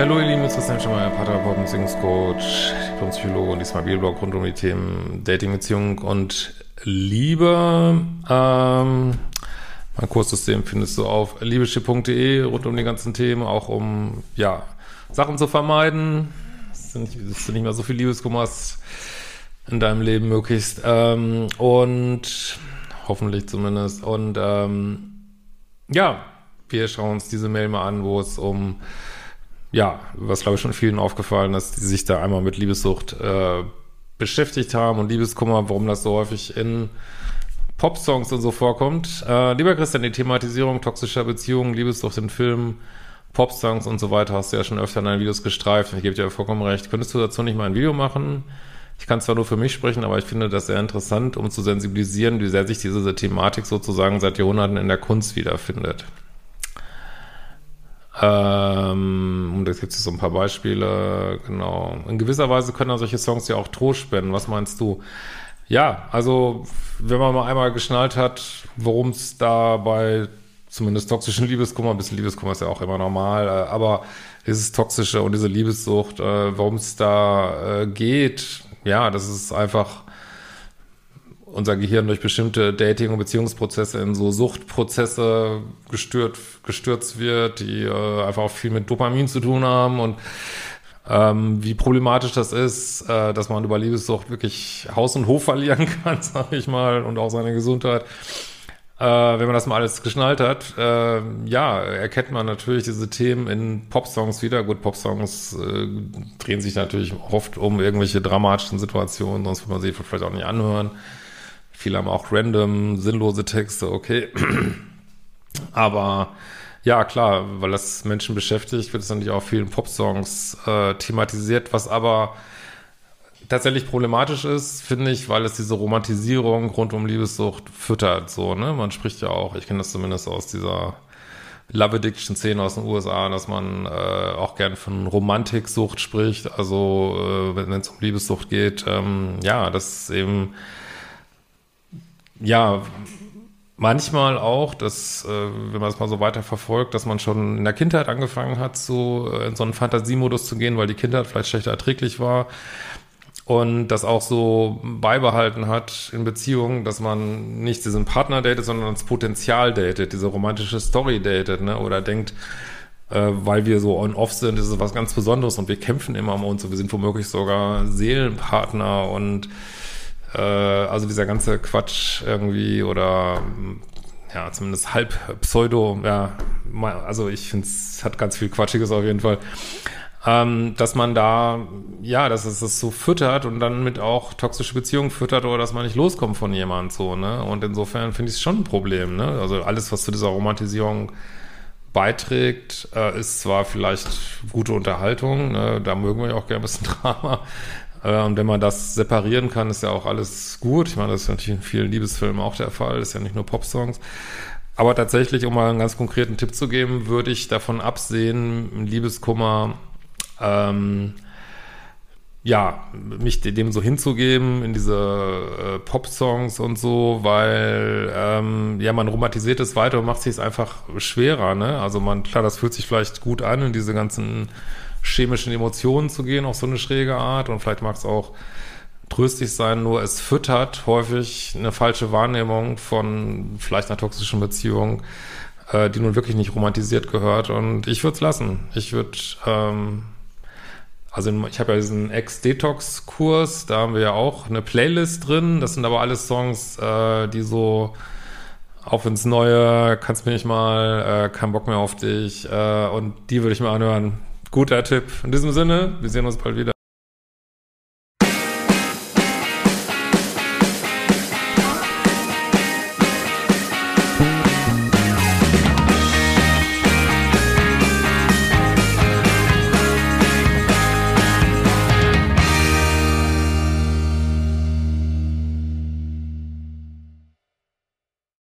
Hallo ihr Lieben, es ist Christian Schemmer, Paartherapeut, Beziehungscoach, Diplompsychologe und diesmal Bibelblog rund um die Themen Dating, Beziehung und Liebe. Mein Kurssystem findest du auf liebeschiff.de rund um die ganzen Themen, auch um, Sachen zu vermeiden, dass du nicht mehr so viel Liebeskummer hast in deinem Leben möglichst, und hoffentlich zumindest. Und, wir schauen uns diese Mail mal an, wo es um, was glaube ich schon vielen aufgefallen ist, die sich da einmal mit Liebessucht beschäftigt haben und Liebeskummer, warum das so häufig in Popsongs und so vorkommt. Lieber Christian, die Thematisierung toxischer Beziehungen, Liebessucht in Filmen, Popsongs und so weiter hast du ja schon öfter in deinen Videos gestreift. Ich gebe dir vollkommen recht. Könntest du dazu nicht mal ein Video machen? Ich kann zwar nur für mich sprechen, aber ich finde das sehr interessant, um zu sensibilisieren, wie sehr sich diese Thematik sozusagen seit Jahrhunderten in der Kunst wiederfindet. Und jetzt gibt es so ein paar Beispiele, genau. In gewisser Weise können auch solche Songs ja auch Trost spenden. Was meinst du? Ja, also, wenn man mal einmal geschnallt hat, worum es da bei zumindest toxischen Liebeskummer, ein bisschen Liebeskummer ist ja auch immer normal, aber dieses Toxische und diese Liebessucht, worum es da geht, das ist einfach unser Gehirn durch bestimmte Dating- und Beziehungsprozesse in so Suchtprozesse gestürzt wird, die einfach auch viel mit Dopamin zu tun haben und wie problematisch das ist, dass man über Liebessucht wirklich Haus und Hof verlieren kann, sag ich mal, und auch seine Gesundheit. Wenn man das mal alles geschnallt hat, erkennt man natürlich diese Themen in Popsongs wieder. Gut, Popsongs drehen sich natürlich oft um irgendwelche dramatischen Situationen, sonst wird man sie vielleicht auch nicht anhören. Viele haben auch random, sinnlose Texte, okay. Aber ja, klar, weil das Menschen beschäftigt, wird es natürlich auch vielen Popsongs thematisiert, was aber tatsächlich problematisch ist, finde ich, weil es diese Romantisierung rund um Liebessucht füttert, so, ne? Man spricht ja auch, ich kenne das zumindest aus dieser Love Addiction-Szene aus den USA, dass man auch gern von Romantiksucht spricht, also wenn es um Liebessucht geht, das eben manchmal auch, dass, wenn man das mal so weiter verfolgt, dass man schon in der Kindheit angefangen hat, in so einen Fantasiemodus zu gehen, weil die Kindheit vielleicht schlechter erträglich war und das auch so beibehalten hat in Beziehungen, dass man nicht diesen Partner datet, sondern das Potenzial datet, diese romantische Story datet, ne, oder denkt, weil wir so on-off sind, ist es was ganz Besonderes und wir kämpfen immer um uns und wir sind womöglich sogar Seelenpartner und also dieser ganze Quatsch irgendwie oder zumindest halb Pseudo, also ich finde, es hat ganz viel Quatschiges auf jeden Fall, dass man da, dass es das so füttert und dann mit auch toxische Beziehungen füttert oder dass man nicht loskommt von jemandem so, ne? Und insofern finde ich es schon ein Problem, ne? Also alles, was zu dieser Romantisierung beiträgt, ist zwar vielleicht gute Unterhaltung, ne? Da mögen wir ja auch gerne ein bisschen Drama. Und wenn man das separieren kann, ist ja auch alles gut. Ich meine, das ist natürlich in vielen Liebesfilmen auch der Fall. Das ist ja nicht nur Popsongs. Aber tatsächlich, um mal einen ganz konkreten Tipp zu geben, würde ich davon absehen, Liebeskummer, mich dem so hinzugeben in diese Popsongs und so, weil, man romantisiert es weiter und macht es sich einfach schwerer, ne? Also klar, das fühlt sich vielleicht gut an, in diese ganzen chemischen Emotionen zu gehen, auf so eine schräge Art und vielleicht mag es auch tröstlich sein, nur es füttert häufig eine falsche Wahrnehmung von vielleicht einer toxischen Beziehung, die nun wirklich nicht romantisiert gehört und ich würde es lassen. Ich würde, ich habe ja diesen Ex-Detox-Kurs, da haben wir ja auch eine Playlist drin, das sind aber alles Songs, die so auf ins Neue, kannst mir nicht mal, kein Bock mehr auf dich und die würde ich mal anhören. Guter Tipp. In diesem Sinne, wir sehen uns bald wieder.